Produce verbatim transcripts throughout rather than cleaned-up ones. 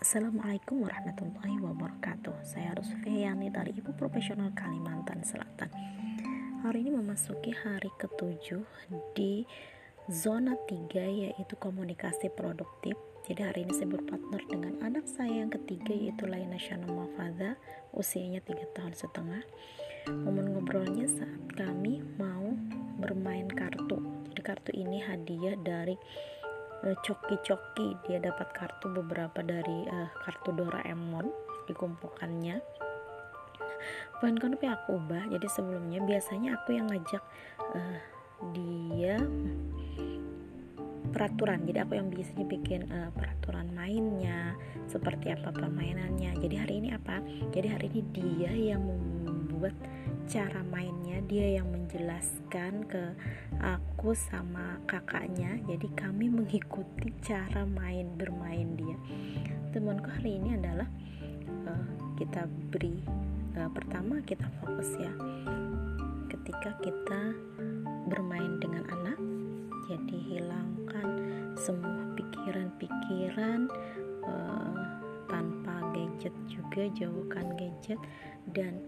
Assalamualaikum warahmatullahi wabarakatuh. Saya Rusfiyani dari Ibu Profesional Kalimantan Selatan. Hari ini memasuki hari ketujuh di zona tiga, yaitu komunikasi produktif. Jadi hari ini saya berpartner dengan anak saya yang ketiga, yaitu Laina Syana Mafadha, usianya tiga tahun setengah. Momen ngobrolnya saat kami mau bermain kartu. Jadi kartu ini hadiah dari coki-coki. Dia dapat kartu beberapa dari uh, kartu Doraemon dikumpulkannya. Poin konflik aku ubah. Jadi sebelumnya biasanya aku yang ngajak uh, dia peraturan. Jadi aku yang biasanya bikin uh, peraturan mainnya, seperti apa permainannya. Jadi hari ini apa? Jadi hari ini dia yang membuat cara mainnya, dia yang menjelaskan ke aku sama kakaknya. Jadi kami mengikuti cara main bermain dia. Temanku hari ini adalah uh, kita beri uh, pertama kita fokus ya ketika kita bermain dengan anak. Jadi hilangkan semua pikiran-pikiran uh, tanpa gadget juga, jauhkan gadget, dan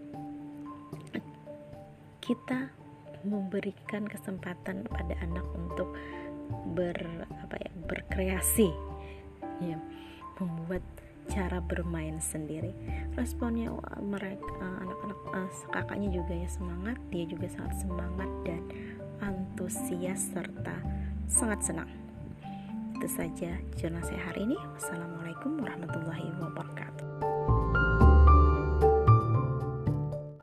kita memberikan kesempatan pada anak untuk ber apa ya berkreasi ya, membuat cara bermain sendiri. Responnya mereka anak-anak uh, kakaknya juga ya semangat, dia juga sangat semangat dan antusias serta sangat senang. Itu saja jurnal saya hari ini. Wassalamualaikum warahmatullahi wabarakatuh.